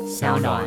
小暖。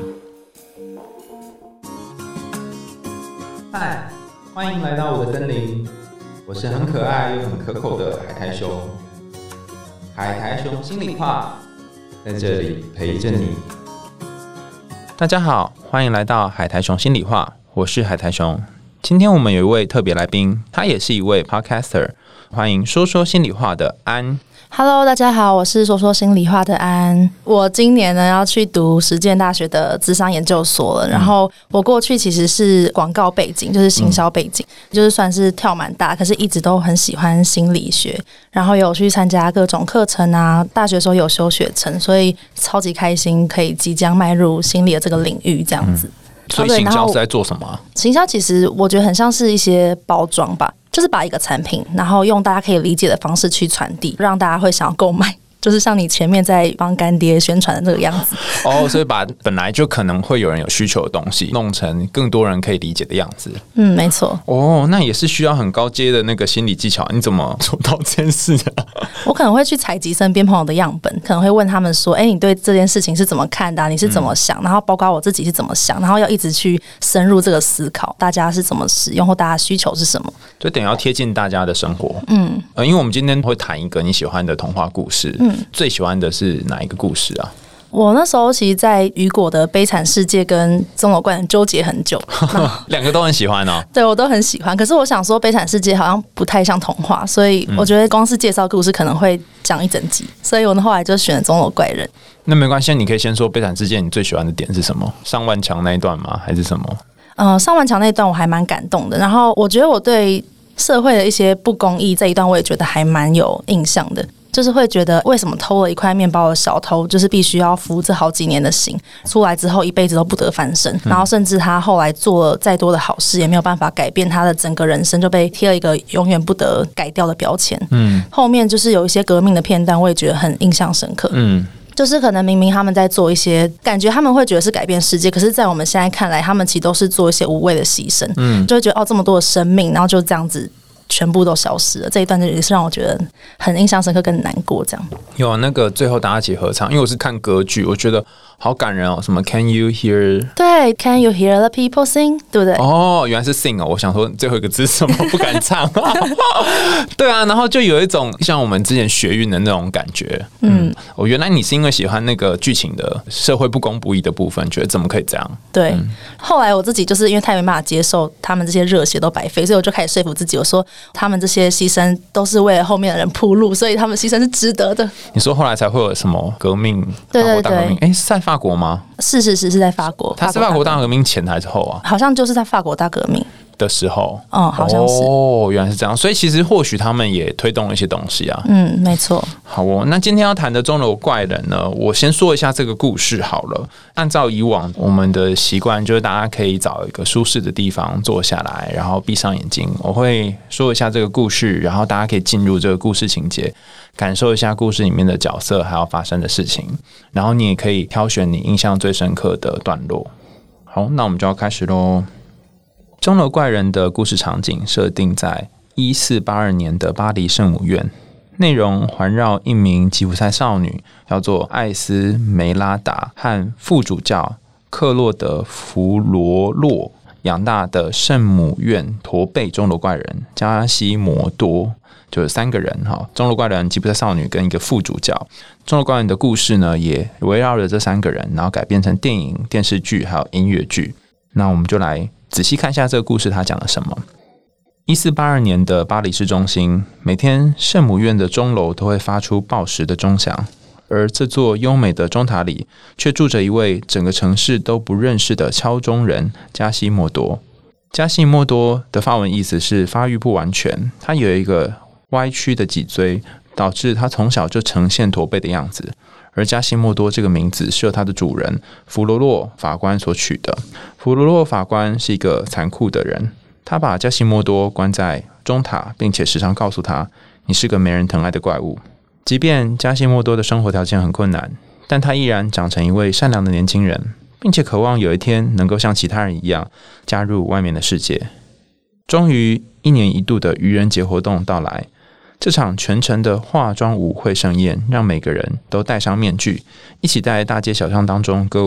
嗨，欢迎来到我的森林，我是很可爱又很可口的海苔熊。海苔熊心里话，在这里陪着你。大家好，欢迎来到海苔熊心里话，我是海苔熊。今天我们有一位特别来宾，他也是一位 podcaster， 欢迎说说心里话的安。 Hello， 大家好，我是说说心里话的安。我今年呢要去读实践大学的諮商研究所了。然后我过去其实是广告背景，就是行销背景，就是算是跳蛮大，可是一直都很喜欢心理学，然后有去参加各种课程啊。大学的时候有修学程，所以超级开心，可以即将迈入心理的这个领域，这样子。 所以行销是在做什么啊？ 行销其实我觉得很像是一些包装吧，就是把一个产品，然后用大家可以理解的方式去传递，让大家会想要购买。就是像你前面在帮干爹宣传的这个样子哦，所以把本来就可能会有人有需求的东西弄成更多人可以理解的样子。 没错。 哦，那也是需要很高阶的那个心理技巧，你怎么做到这件事的？ 我可能会去采集身边朋友的样本，可能会问他们说：“你对这件事情是怎么看的啊？你是怎么想？”然后包括我自己是怎么想，然后要一直去深入这个思考，大家是怎么使用或大家需求是什么， 就等于要贴近大家的生活。因为我们今天会谈一个你喜欢的童话故事。最喜欢的是哪一个故事啊？ 我那时候其实在雨果的《悲惨世界》跟《钟楼怪人》纠结很久两个都很喜欢哦。 对，我都很喜欢。可是我想说，《悲惨世界》好像不太像童话，所以我觉得光是介绍故事可能会讲一整集，所以我后来就选了《钟楼怪人》。 那没关系，你可以先说《悲惨世界》你最喜欢的点是什么？上万强那一段吗？还是什么？ 上万强那一段我还蛮感动的。然后我觉得我对社会的一些不公义这一段，我也觉得还蛮有印象的。就是会觉得为什么偷了一块面包的小偷就是必须要服这好几年的刑，出来之后一辈子都不得翻身，然后甚至他后来做了再多的好事也没有办法改变他的整个人生，就被贴了一个永远不得改掉的标签。后面就是有一些革命的片段我也觉得很印象深刻。就是可能明明他们在做一些感觉他们会觉得是改变世界，可是在我们现在看来他们其实都是做一些无谓的牺牲。就会觉得这么多的生命然后就这样子全部都消失了，这一段也是让我觉得很印象深刻跟难过。这样有那个最后大家一起合唱，因为我是看歌剧，我觉得好感人哦。什么 Can you hear？ 对 Can you hear the people sing？ 对不对？哦， 原来是 sing 哦。我想说最后一个字是什么，不敢唱。对啊，然后就有一种像我们之前学运的那种感觉。原来你是因为喜欢那个剧情的社会不公不义的部分，觉得怎么可以这样？ 对。后来我自己就是因为太没办法接受他们这些热血都白费，所以我就开始说服自己，我说他们这些牺牲都是为了后面的人铺路，所以他们牺牲是值得的。你说后来才会有什么革命？ 对对对， 是在法国吗？ 是在法国。 他是法国大革命前还是后啊？ 好像就是在法国大革命的时候。 好像是。 原来是这样，所以其实或许他们也推动了一些东西啊。 没错。 好哦，那今天要谈的钟楼怪人呢，我先说一下这个故事好了。按照以往我们的习惯，就是大家可以找一个舒适的地方坐下来，然后闭上眼睛，我会说一下这个故事，然后大家可以进入这个故事情节，感受一下故事里面的角色还要发生的事情，然后你也可以挑选你印象最深刻的段落。好，那我们就要开始咯。钟楼怪人的故事场景设定在1482年的巴黎圣母院，内容环绕一名吉普赛少女叫做艾斯梅拉达和副主教克洛德弗罗洛养大的圣母院驼背钟楼怪人加西摩多，就是3个人哈，钟楼怪人、吉普赛少女跟一个副主教。钟楼怪人的故事呢，也围绕着这3个人，然后改编成电影、电视剧还有音乐剧。那我们就来仔细看一下这个故事它讲了什么。1482年的巴黎市中心，每天圣母院的钟楼都会发出报时的钟响，而这座优美的钟塔里却住着一位整个城市都不认识的敲钟人加西莫多。加西莫多的法文意思是发育不完全，他有一个歪曲的脊椎，导致他从小就呈现驼背的样子。而加西莫多这个名字是由他的主人弗罗洛法官所取的。弗罗洛法官是一个残酷的人，他把加西莫多关在钟塔，并且时常告诉他，你是个没人疼爱的怪物。即便加西莫多的生活条件很困难，但他依然长成一位善良的年轻人，并且渴望有一天能够像其他人一样加入外面的世界。终于1年1度的愚人节活动到来，这场全城的化妆舞会盛宴让每个人都戴上面具，一起在大街小巷当中歌舞。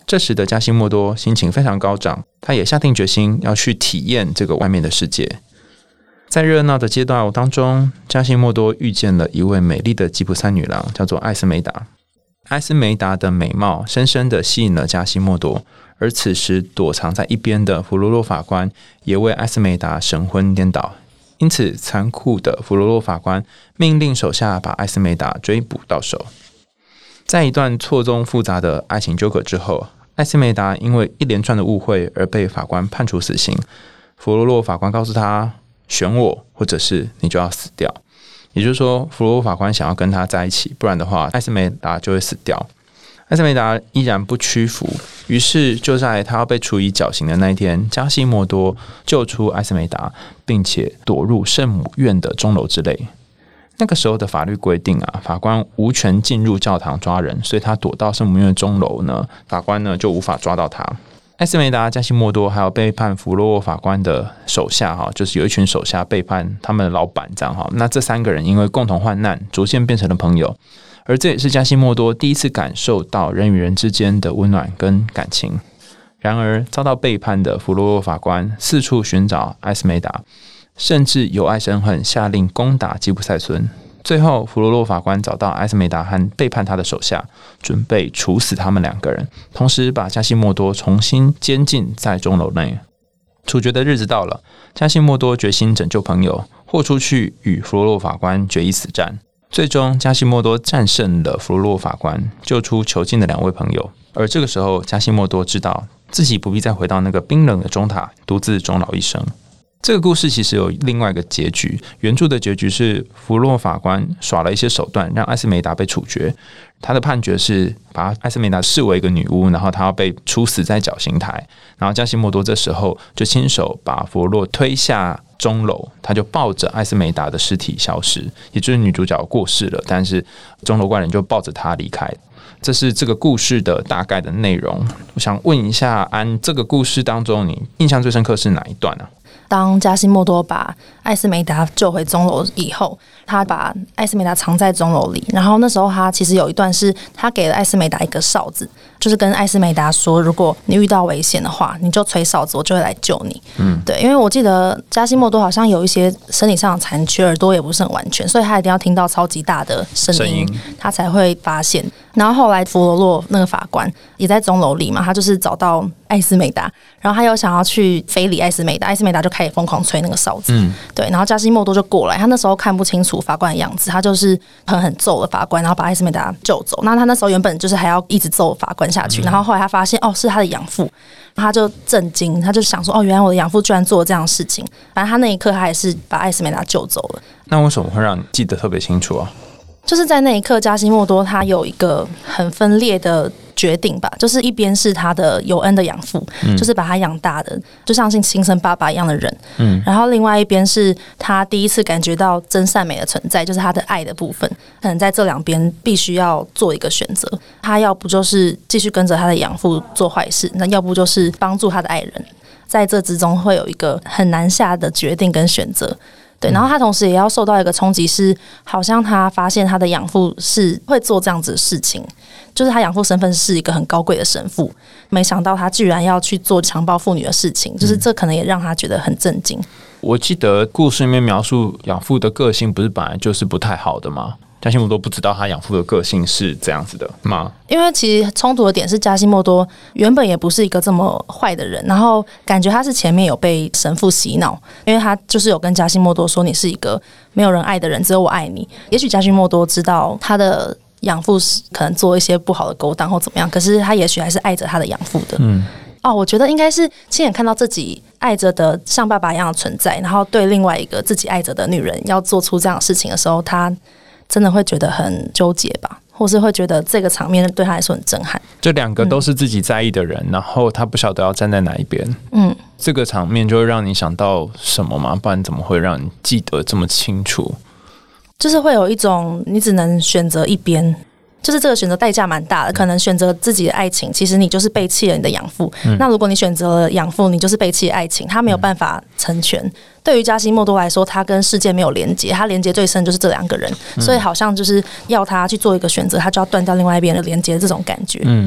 这时的加西莫多心情非常高涨，他也下定决心要去体验这个外面的世界。在热闹的街道当中，加西莫多遇见了一位美丽的吉普赛女郎，叫做艾斯梅达。艾斯梅达的美貌深深地吸引了加西莫多，而此时躲藏在一边的弗罗洛法官也为艾斯梅达神魂颠倒，因此残酷的弗罗洛法官命令手下把艾斯梅达追捕到手。在一段错综复杂的爱情纠葛之后，艾斯梅达因为一连串的误会而被法官判处死刑。弗罗洛法官告诉他，选我或者是你就要死掉。也就是说，弗罗洛法官想要跟他在一起，不然的话艾斯梅达就会死掉。艾斯梅达依然不屈服，于是就在他要被处以绞刑的那一天，加西莫多救出艾斯梅达，并且躲入圣母院的钟楼之内。那个时候的法律规定啊，法官无权进入教堂抓人，所以他躲到圣母院的钟楼呢，法官呢就无法抓到他。艾斯梅达、加西莫多还有背叛弗罗洛法官的手下哈，就是有一群手下背叛他们的老板这样哈。那这3个人因为共同患难，逐渐变成了朋友，而这也是加西莫多第一次感受到人与人之间的温暖跟感情。然而，遭到背叛的弗罗洛法官四处寻找艾斯梅达，甚至由爱生恨，下令攻打吉普赛村。最后，弗罗洛法官找到艾斯梅达和背叛他的手下，准备处死他们2个人，同时把加西莫多重新监禁在钟楼内。处决的日子到了，加西莫多决心拯救朋友，豁出去与弗罗洛法官决一死战。最终，加西莫多战胜了弗罗洛法官，救出囚禁的2位朋友。而这个时候，加西莫多知道自己不必再回到那个冰冷的钟塔，独自终老一生。这个故事其实有另外一个结局，原著的结局是弗洛法官耍了一些手段，让艾斯梅达被处决。他的判决是把艾斯梅达视为一个女巫，然后他要被处死在绞刑台。然后加西莫多这时候就亲手把弗洛推下钟楼，他就抱着艾斯梅达的尸体消失，也就是女主角过世了，但是钟楼怪人就抱着她离开。这是这个故事的大概的内容。我想问一下安，这个故事当中你印象最深刻是哪一段呢？ 当加西莫多把艾斯梅达救回钟楼以后，他把艾斯梅达藏在钟楼里，然后那时候他其实有一段是他给了艾斯梅达一个哨子，就是跟艾斯梅达说，如果你遇到危险的话，你就吹哨子，我就会来救你。对，因为我记得加西莫多好像有一些身体上的残缺，耳朵也不是很完全，所以他一定要听到超级大的声音，他才会发现。然后后来弗罗洛那个法官也在钟楼里嘛，他就是找到艾斯梅达，然后他又想要去非礼艾斯梅达，艾斯梅达就开始疯狂吹那个哨子。对，然后加西莫多就过来，他那时候看不清楚法官的样子，他就是很揍了法官，然后把艾斯梅达救走。那他那时候原本就是还要一直揍法官下去，然后后来他发现是他的养父，他就震惊，他就想说原来我的养父居然做了这样的事情。反正他那一刻他也是把艾斯梅达救走了。 那为什么会让你记得特别清楚啊？ 就是在那一刻，加西莫多他有一个很分裂的决定吧，就是一边是他的有恩的养父，就是把他养大的，就像是亲生爸爸一样的人，然后另外一边是他第一次感觉到真善美的存在，就是他的爱的部分。可能在这2边必须要做一个选择，他要不就是继续跟着他的养父做坏事，那要不就是帮助他的爱人。在这之中会有一个很难下的决定跟选择。对，然后他同时也要受到一个冲击，是好像他发现他的养父是会做这样子的事情，就是他养父身份是一个很高贵的神父，没想到他居然要去做强暴妇女的事情，就是这可能也让他觉得很震惊。 我记得故事里面描述养父的个性不是本来就是不太好的吗？加西莫多不知道他养父的个性是这样子的吗？因为其实冲突的点是加西莫多原本也不是一个这么坏的人，然后感觉他是前面有被神父洗脑，因为他就是有跟加西莫多说，你是一个没有人爱的人，只有我爱你。也许加西莫多知道他的养父可能做一些不好的勾当或怎么样，可是他也许还是爱着他的养父的。我觉得应该是亲眼看到自己爱着的像爸爸一样的存在，然后对另外一个自己爱着的女人要做出这样的事情的时候，他真的会觉得很纠结吧，或是会觉得这个场面对他来说很震撼。 这2个都是自己在意的人，然后他不晓得要站在哪一边。这个场面就会让你想到什么吗？不然怎么会让你记得这么清楚？ 就是会有一种你只能选择一边，就是这个选择代价蛮大的，可能选择自己的爱情，其实你就是背弃了你的养父。那如果你选择了养父，你就是背弃了爱情，他没有办法成全。对于加西莫多来说，他跟世界没有连结，他连结最深就是这2个人，所以好像就是要他去做一个选择，他就要断掉另外一边的连结，这种感觉。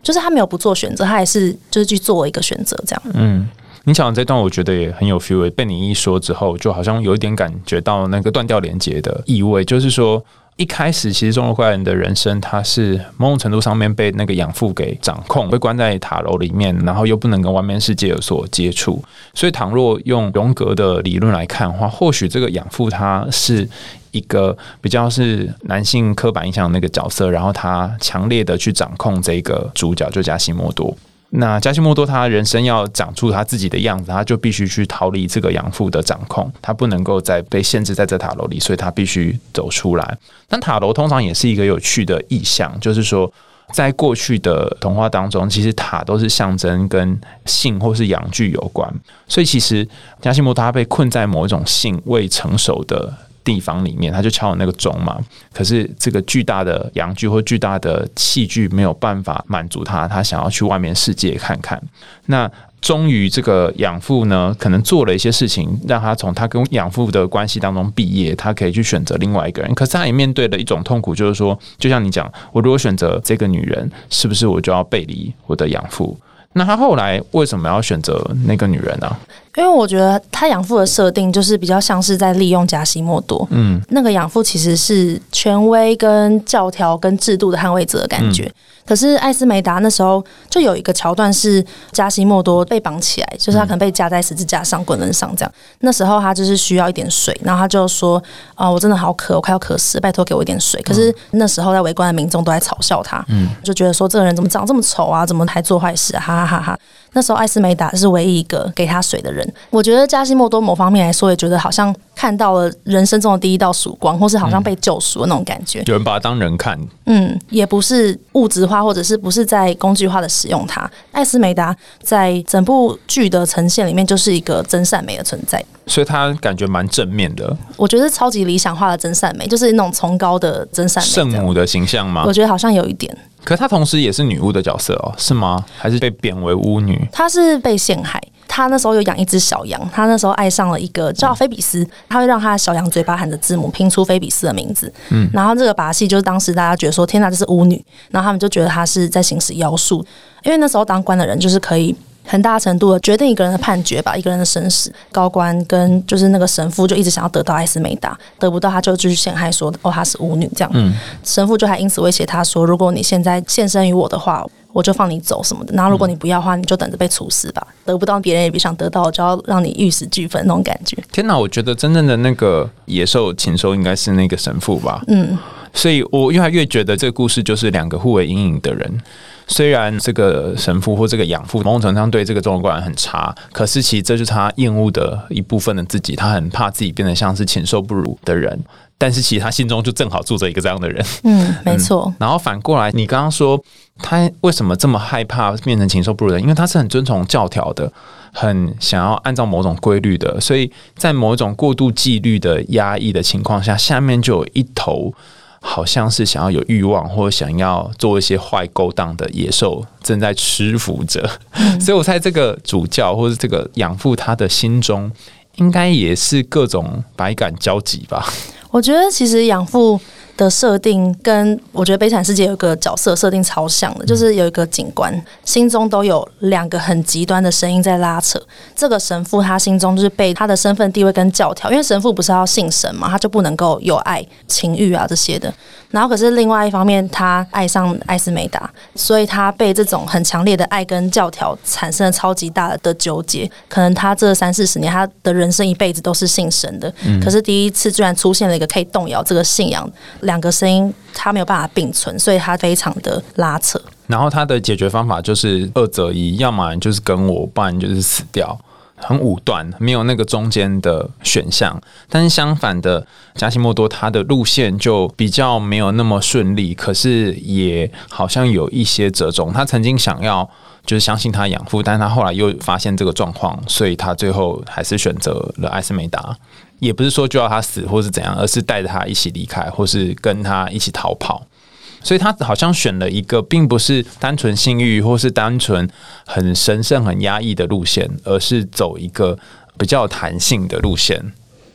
就是他没有不做选择，他还是就是去做一个选择这样。 你讲的这段我觉得也很有 feel， 被你一说之后，就好像有一点感觉到那个断掉连结的意味，就是说。一开始，其实钟楼怪人的人生，他是某种程度上面被那个养父给掌控，被关在塔楼里面，然后又不能跟外面世界有所接触。所以，倘若用荣格的理论来看的话，或许这个养父他是一个比较是男性刻板印象的那个角色，然后他强烈的去掌控这个主角，就加西莫多。那加西莫多他人生要长出他自己的样子，他就必须去逃离这个养父的掌控，他不能够再被限制在这塔楼里，所以他必须走出来。但塔楼通常也是一个有趣的意象，就是说在过去的童话当中，其实塔都是象征跟性或是阳具有关，所以其实加西莫多他被困在某一种性未成熟的地方里面，他就敲了那个钟嘛。可是这个巨大的阳具或巨大的器具没有办法满足他，他想要去外面世界看看。那终于这个养父呢，可能做了一些事情，让他从他跟养父的关系当中毕业，他可以去选择另外一个人。可是他也面对了一种痛苦，就是说，就像你讲，我如果选择这个女人，是不是我就要背离我的养父？那他后来为什么要选择那个女人呢？ 因为我觉得他养父的设定就是比较像是在利用加西莫多，那个养父其实是权威跟教条跟制度的捍卫者的感觉。可是艾斯梅达那时候就有一个桥段是加西莫多被绑起来，就是他可能被架在十字架上、滚轮上这样。那时候他就是需要一点水，然后他就说：“我真的好渴，我快要渴死了，拜托给我一点水。”可是那时候在围观的民众都在嘲笑他，就觉得说这个人怎么长这么丑啊，怎么还做坏事啊，哈哈哈哈。那时候艾斯梅达是唯一一个给他水的人。我觉得加西莫多某方面来说，也觉得好像看到了人生中的第一道曙光，或是好像被救赎的那种感觉。 有人把他当人看， 也不是物质化，或者是不是在工具化的使用它。艾斯梅达在整部剧的呈现里面就是一个真善美的存在， 所以他感觉蛮正面的。 我觉得超级理想化的真善美，就是那种崇高的真善美， 圣母的形象吗？ 我觉得好像有一点。 可她同时也是女巫的角色哦，是吗？还是被贬为巫女？ 她是被陷害。他那时候有养一只小羊，他那时候爱上了一个叫菲比斯，他会让他的小羊嘴巴含着字母拼出菲比斯的名字。然后这个把戏就是当时大家觉得说天哪，这是巫女，然后他们就觉得他是在行使妖术，因为那时候当官的人就是可以很大程度的决定一个人的判决吧，一个人的生死。高官跟就是那个神父就一直想要得到艾斯梅达，得不到他就继续陷害说她是巫女这样。神父就还因此威胁他说，如果你现在献身于我的话，我就放你走什么的，然后如果你不要的话，你就等着被处死吧。得不到别人也别想得到，就要让你玉石俱焚那种感觉。 天哪，我觉得真正的那个野兽禽兽应该是那个神父吧。所以我越来越觉得这个故事就是两个互为阴影的人。虽然这个神父或这个养父某种程度上对这个钟楼怪人很差，可是其实这就是他厌恶的一部分的自己，他很怕自己变得像是禽兽不如的人，但是其实他心中就正好住着一个这样的人。 没错。 然后反过来，你刚刚说他为什么这么害怕变成禽兽不如的人？因为他是很遵从教条的，很想要按照某种规律的，所以在某一种过度纪律的压抑的情况下，下面就有一头好像是想要有欲望或想要做一些坏勾当的野兽正在吃服着。所以我猜这个主教或是这个养父他的心中应该也是各种百感交集吧。 我觉得其实养父的设定跟我觉得悲惨世界有一个角色设定超像的，就是有一个警官心中都有两个很极端的声音在拉扯。这个神父他心中就是被他的身份地位跟教条，因为神父不是要信神嘛，他就不能够有爱情欲啊这些的。然后可是另外一方面他爱上艾斯梅达，所以他被这种很强烈的爱跟教条产生了超级大的纠结。可能他这30-40年他的人生一辈子都是信神的，可是第一次居然出现了一个可以动摇这个信仰，两个声音他没有办法并存，所以他非常的拉扯。 然后他的解决方法就是二择一，要么就是跟我，不然就是死掉，很武断，没有那个中间的选项。但是相反的，加西莫多他的路线就比较没有那么顺利，可是也好像有一些折中。他曾经想要就是相信他养父，但是他后来又发现这个状况，所以他最后还是选择了艾斯梅达。也不是说就要他死或是怎样，而是带着他一起离开，或是跟他一起逃跑。所以他好像选了一个并不是单纯性欲或是单纯很神圣很压抑的路线，而是走一个比较有弹性的路线。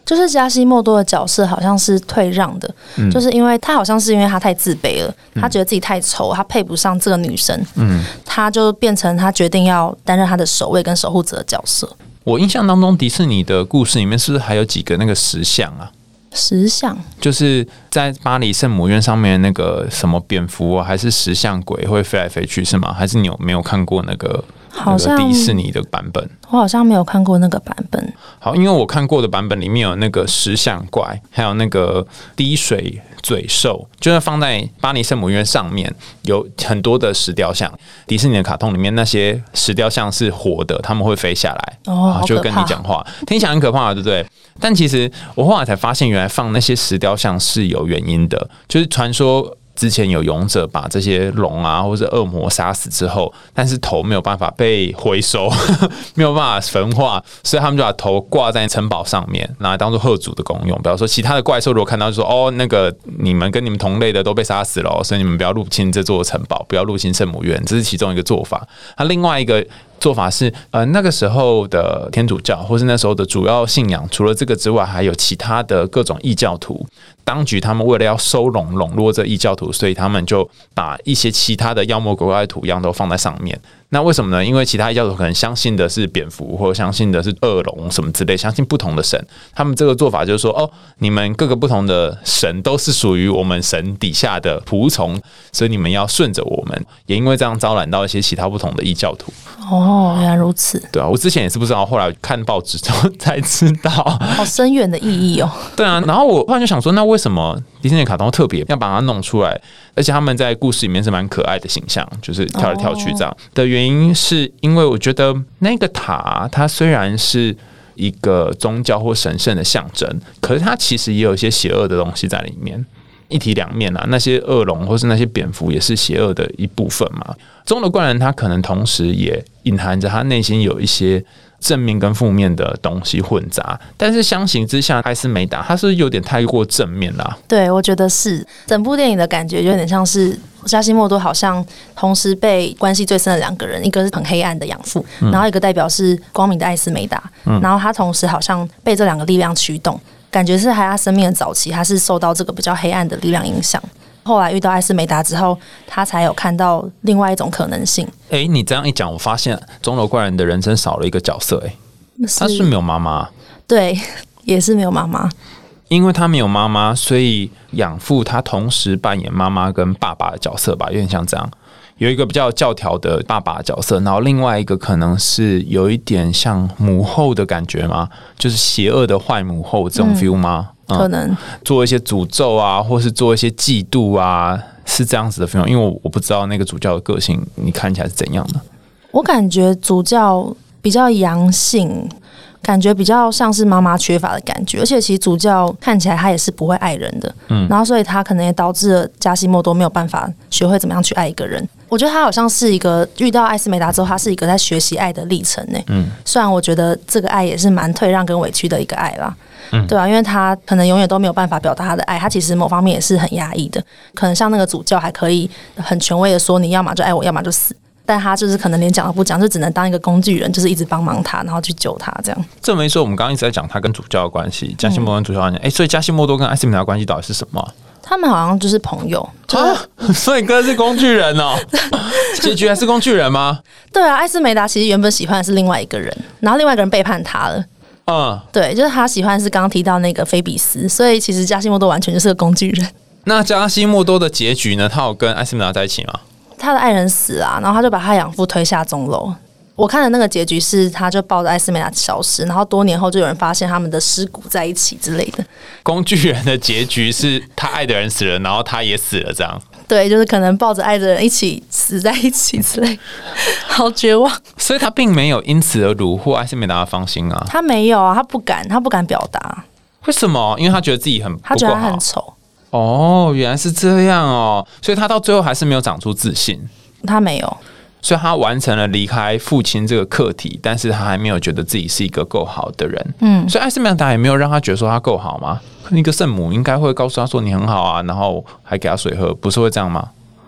就是加西莫多的角色好像是退让的，就是因为他好像是因为他太自卑了，他觉得自己太丑，他配不上这个女生，他就变成他决定要担任他的守卫跟守护者的角色。 我印象当中，迪士尼的故事里面是不是还有几个那个石像啊？ 石像就是在巴黎圣母院上面那个什么蝙蝠啊，还是石像鬼会飞来飞去是吗？还是你有没有看过那个迪士尼的版本？ 我好像没有看过那个版本。 好，因为我看过的版本里面有那个石像怪，还有那个滴水嘴兽，就是放在巴黎圣母院上面有很多的石雕像。迪士尼的卡通里面那些石雕像是活的，他们会飞下来，就跟你讲话，听起来很可怕，对不对？但其实我后来才发现，原来放那些石雕像是有原因的，就是传说之前有勇者把这些龙啊或者恶魔杀死之后，但是头没有办法被回收，没有办法焚化，所以他们就把头挂在城堡上面，拿来当做贺主的功用。比方说，其他的怪兽如果看到就说：“哦，那个你们跟你们同类的都被杀死了，所以你们不要入侵这座城堡，不要入侵圣母院。”这是其中一个做法。另外一个做法是，那个时候的天主教或是那时候的主要信仰，除了这个之外，还有其他的各种异教徒。当局他们为了要收拢络这异教徒，所以他们就把一些其他的妖魔鬼怪的图样都放在上面。那为什么呢？因为其他异教徒可能相信的是蝙蝠，或者相信的是恶龙什么之类，相信不同的神。他们这个做法就是说，哦，你们各个不同的神都是属于我们神底下的仆从，所以你们要顺着我们。也因为这样招揽到一些其他不同的异教徒。 哦，原来如此。 对啊，我之前也是不知道，后来看报纸之后才知道， 好深远的意义哦。 对啊，然后我后来就想说，那为什么迪士尼卡通特别要把它弄出来？而且他们在故事里面是蛮可爱的形象，就是跳来跳去这样的原因，是因为我觉得那个塔它虽然是一个宗教或神圣的象征，可是它其实也有一些邪恶的东西在里面。一体两面啊，那些恶龙或是那些蝙蝠也是邪恶的一部分嘛。钟楼怪人他可能同时也隐含着他内心有一些正面跟负面的东西混杂，但是相形之下，艾斯梅达他是有点太过正面啦。 对，我觉得是整部电影的感觉有点像是加西莫多好像同时被关系最深的两个人，一个是很黑暗的养父，然后一个代表是光明的艾斯梅达，然后他同时好像被这两个力量驱动。感觉是在他生命的早期，他是受到这个比较黑暗的力量影响。后来遇到艾斯梅达之后，他才有看到另外一种可能性。 你这样一讲，我发现钟楼怪人的人生少了一个角色。他是没有妈妈。对， 也是没有妈妈。 因为他没有妈妈，所以养父他同时扮演妈妈跟爸爸的角色吧，有点像这样。有一个比较教条的爸爸角色，然后另外一个可能是有一点像母后的感觉吗？就是邪恶的坏母后这种 feel 吗？ 可能做一些诅咒啊，或是做一些嫉妒啊，是这样子的 feel。因为我不知道那个主教的个性，你看起来是怎样的？ 我感觉主教比较阳性。感觉比较像是妈妈缺乏的感觉，而且其实主教看起来他也是不会爱人的，然后所以他可能也导致了加西莫多没有办法学会怎么样去爱一个人。我觉得他好像是一个遇到艾斯梅达之后，他是一个在学习爱的历程呢。虽然我觉得这个爱也是蛮退让跟委屈的一个爱啦，对啊，因为他可能永远都没有办法表达他的爱，他其实某方面也是很压抑的。可能像那个主教还可以很权威的说，你要么就爱我，要么就死。但他就是可能连讲都不讲，就只能当一个工具人，就是一直帮忙他，然后去救他这样。 这么一说，我们刚刚一直在讲他跟主教的关系，加西莫多跟主教的关系。所以加西莫多跟艾斯梅达的关系到底是什么？ 他们好像就是朋友， 所以哥是工具人哦。结局还是工具人吗？ 对啊，艾斯梅达其实原本喜欢的是另外一个人，然后另外一个人背叛他了。对，就是他喜欢是刚刚提到那个菲比斯，所以其实加西莫多完全就是个工具人。 那加西莫多的结局呢？他有跟艾斯梅达在一起吗？ 他的爱人死啊，然后他就把他养父推下钟楼。我看的那个结局是，他就抱着艾斯梅达消失，然后多年后就有人发现他们的尸骨在一起之类的。 工具人的结局是他爱的人死了，然后他也死了，这样。 对，就是可能抱着爱的人一起死在一起之类，好绝望。 所以他并没有因此而虏获艾斯梅达的芳心啊。 他没有啊，他不敢表达。 为什么？因为他觉得自己很不够好， 他觉得他很丑。 原来是这样哦，所以他到最后还是没有长出自信。 他没有， 所以他完成了离开父亲这个课题，但是他还没有觉得自己是一个够好的人。所以艾斯梅达也没有让他觉得说他够好吗？一个圣母应该会告诉他说你很好啊，然后还给他水喝，不是会这样吗？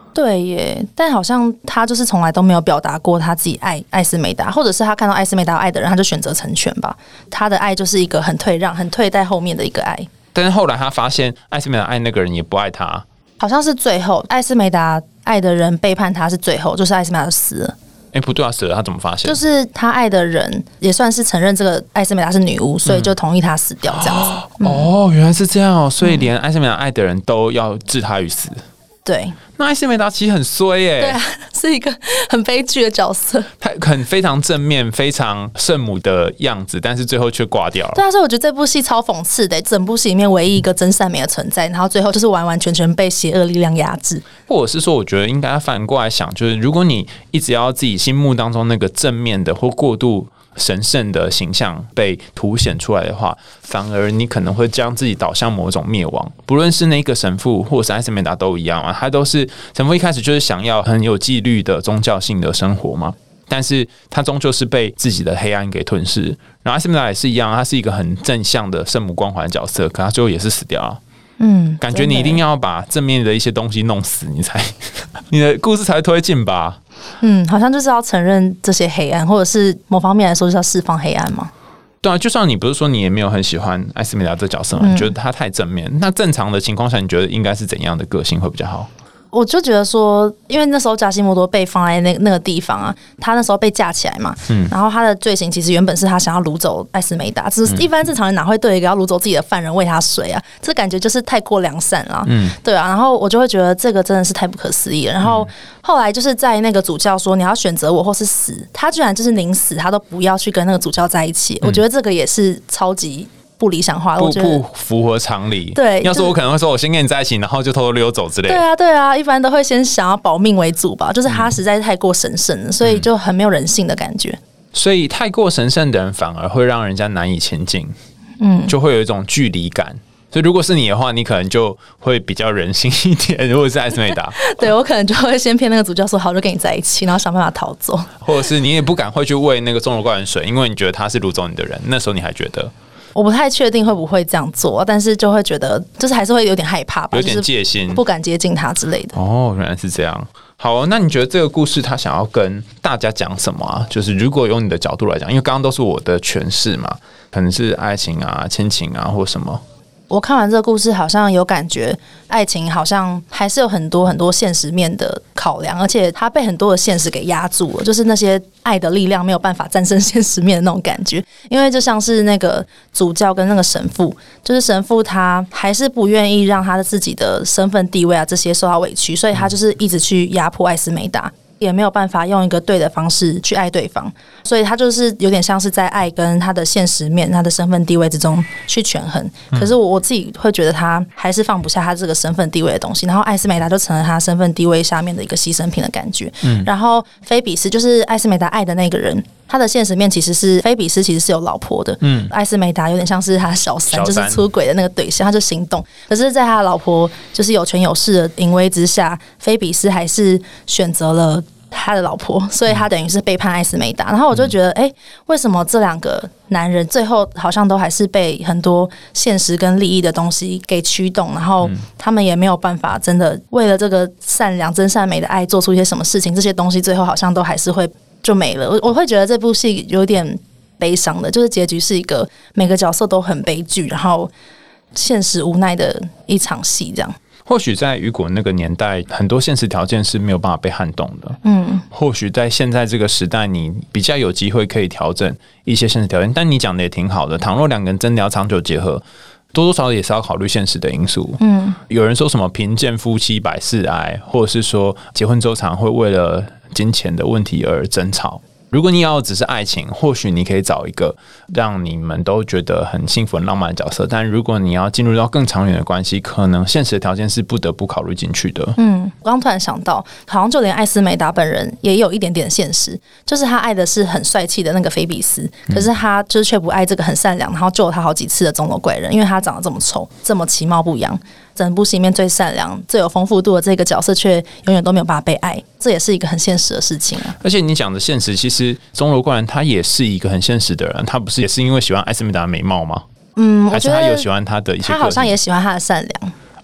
对耶，但好像他就是从来都没有表达过他自己爱艾斯梅达，或者是他看到艾斯梅达爱的人，他就选择成全吧。他的爱就是一个很退让、很退在后面的一个爱。 但是后来他发现艾斯梅达爱那个人也不爱他， 好像是最后艾斯梅达爱的人背叛他，是最后就是艾斯梅达就死了。 不对啊，死了他怎么发现？ 就是他爱的人也算是承认这个艾斯梅达是女巫，所以就同意他死掉这样子。 原来是这样哦，所以连艾斯梅达爱的人都要置他于死。 对， 那艾斯梅达其实很衰耶， 对啊，是一个很悲剧的角色。 他很非常正面、非常圣母的样子，但是最后却挂掉了。 对啊，所以我觉得这部戏超讽刺的，整部戏里面唯一一个真善美的存在，然后最后就是完完全全被邪恶力量压制。 或者是说，我觉得应该反过来想，就是如果你一直要自己心目当中那个正面的或过度神圣的形象被凸显出来的话，反而你可能会将自己导向某种灭亡。不论是那个神父或是艾斯梅达都一样啊，他都是神父一开始就是想要很有纪律的宗教性的生活嘛，但是他终究是被自己的黑暗给吞噬。然后艾斯梅达也是一样，他是一个很正向的圣母光环的角色，可他最后也是死掉了。感觉你一定要把正面的一些东西弄死，你的故事才会推进吧。 好像就是要承认这些黑暗，或者是某方面来说就是要释放黑暗嘛。 对啊，就算你不是说你也没有很喜欢艾斯梅达这角色嘛，你觉得他太正面，那正常的情况下，你觉得应该是怎样的个性会比较好？ 我就觉得说，因为那时候加西莫多被放在那个地方啊，他那时候被架起来嘛，然后他的罪行其实原本是他想要掳走艾斯梅达，只是一般正常人哪会对一个要掳走自己的犯人喂他水啊？这感觉就是太过良善了，对啊。然后我就会觉得这个真的是太不可思议了。然后后来就是在那个主教说你要选择我或是死，他居然就是宁死他都不要去跟那个主教在一起，我觉得这个也是超级不理想化，我觉得不符合常理。 对， 要是我可能会说，我先跟你在一起，然后就偷偷溜走之类的。 对啊，对啊，一般都会先想要保命为主吧。就是他实在是太过神圣了，所以就很没有人性的感觉。 所以太过神圣的人反而会让人家难以前进，就会有一种距离感。所以如果是你的话，你可能就会比较人性一点。如果是艾斯梅达， 对我可能就会先骗那个主教说好，就跟你在一起，然后想办法逃走。 或者是你也不敢会去喂那个钟楼怪人水，因为你觉得他是掳走你的人。那时候你还觉得？ 我不太确定会不会这样做，但是就会觉得就是还是会有点害怕吧， 有点戒心， 不敢接近他之类的。 原来是这样。好，那你觉得这个故事他想要跟大家讲什么啊？就是如果用你的角度来讲，因为刚刚都是我的诠释嘛，可能是爱情啊、亲情啊，或什么。 我看完这个故事，好像有感觉，爱情好像还是有很多很多现实面的考量，而且它被很多的现实给压住了，就是那些爱的力量没有办法战胜现实面的那种感觉。因为就像是那个主教跟那个神父，就是神父他还是不愿意让他的自己的身份地位啊这些受到委屈，所以他就是一直去压迫艾斯梅达。也没有办法用一个对的方式去爱对方，所以他就是有点像是在爱跟他的现实面、他的身份地位之中去权衡。可是我自己会觉得他还是放不下他这个身份地位的东西，然后艾斯梅达就成了他身份地位下面的一个牺牲品的感觉。然后菲比斯就是艾斯梅达爱的那个人，他的现实面其实是菲比斯其实是有老婆的，艾斯梅达有点像是他小三，就是出轨的那个对象，他就心动。可是，在他的老婆就是有权有势的淫威之下，菲比斯还是选择了他的老婆，所以他等于是背叛艾斯梅达。然后我就觉得，为什么这两个男人最后好像都还是被很多现实跟利益的东西给驱动，然后他们也没有办法真的为了这个善良、真善美的爱做出一些什么事情，这些东西最后好像都还是会就没了。我会觉得这部戏有点悲伤的，就是结局是一个每个角色都很悲剧，然后现实无奈的一场戏这样。 或许在雨果那个年代，很多现实条件是没有办法被撼动的。或许在现在这个时代，你比较有机会可以调整一些现实条件。但你讲的也挺好的，倘若两个人真的要长久结合，多多少少也是要考虑现实的因素。有人说什么贫贱夫妻百事哀，或者是说结婚之后常会为了金钱的问题而争吵。如果你要的只是爱情，或许你可以找一个让你们都觉得很幸福、很浪漫的角色。但如果你要进入到更长远的关系，可能现实的条件是不得不考虑进去的。 我刚突然想到，好像就连艾斯梅达本人也有一点点现实，就是他爱的是很帅气的那个菲比斯，可是他就是却不爱这个很善良，然后救了他好几次的钟楼怪人，因为他长得这么丑，这么其貌不扬。整部戏里面最善良、最有丰富度的这个角色，却永远都没有办法被爱，这也是一个很现实的事情啊。 而且你讲的现实，其实钟楼怪人他也是一个很现实的人，他不是也是因为喜欢艾斯梅达的美貌吗？还是他有喜欢他的一些个性？ 他好像也喜欢他的善良。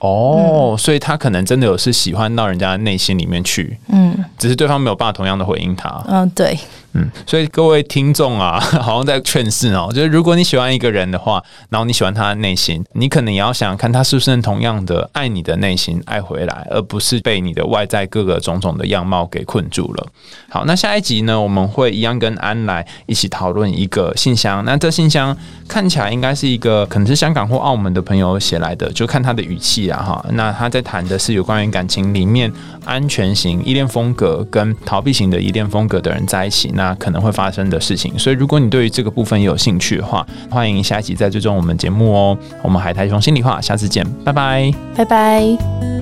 所以他可能真的有是喜欢到人家的内心里面去，只是对方没有办法同样的回应他。 对。 所以各位听众啊，好像在劝示哦，就是如果你喜欢一个人的话，然后你喜欢他的内心，你可能也要想想看他是不是能同样的爱你的内心爱回来，而不是被你的外在各个种种的样貌给困住了。好，那下一集呢，我们会一样跟安来一起讨论一个信箱。那这信箱看起来应该是一个可能是香港或澳门的朋友写来的，就看他的语气啊哈。那他在谈的是有关于感情里面安全型依恋风格跟逃避型的依恋风格的人在一起，那可能会发生的事情。所以如果你对于这个部分有兴趣的话，欢迎下一集再追踪我们节目哦。我们海苔熊心里话，下次见，拜拜， 拜拜。